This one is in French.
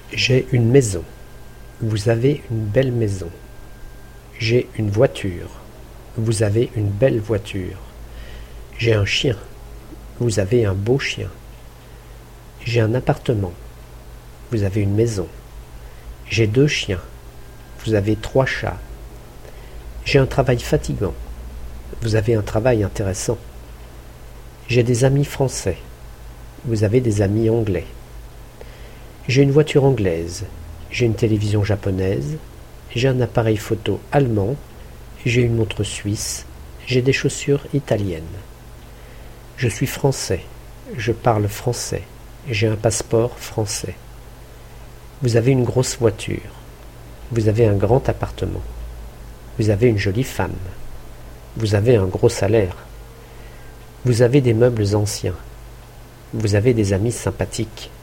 J'ai une maison. Vous avez une belle maison. J'ai une voiture. Vous avez une belle voiture. J'ai un chien. Vous avez un beau chien. J'ai un appartement. Vous avez une maison. J'ai 2 chiens. Vous avez 3 chats. J'ai un travail fatigant. Vous avez un travail intéressant. J'ai des amis français. Vous avez des amis anglais. J'ai une voiture anglaise. J'ai une télévision japonaise. J'ai un appareil photo allemand. J'ai une montre suisse. J'ai des chaussures italiennes. Je suis français. Je parle français. J'ai un passeport français. Vous avez une grosse voiture. Vous avez un grand appartement. Vous avez une jolie femme. Vous avez un gros salaire. Vous avez des meubles anciens. Vous avez des amis sympathiques.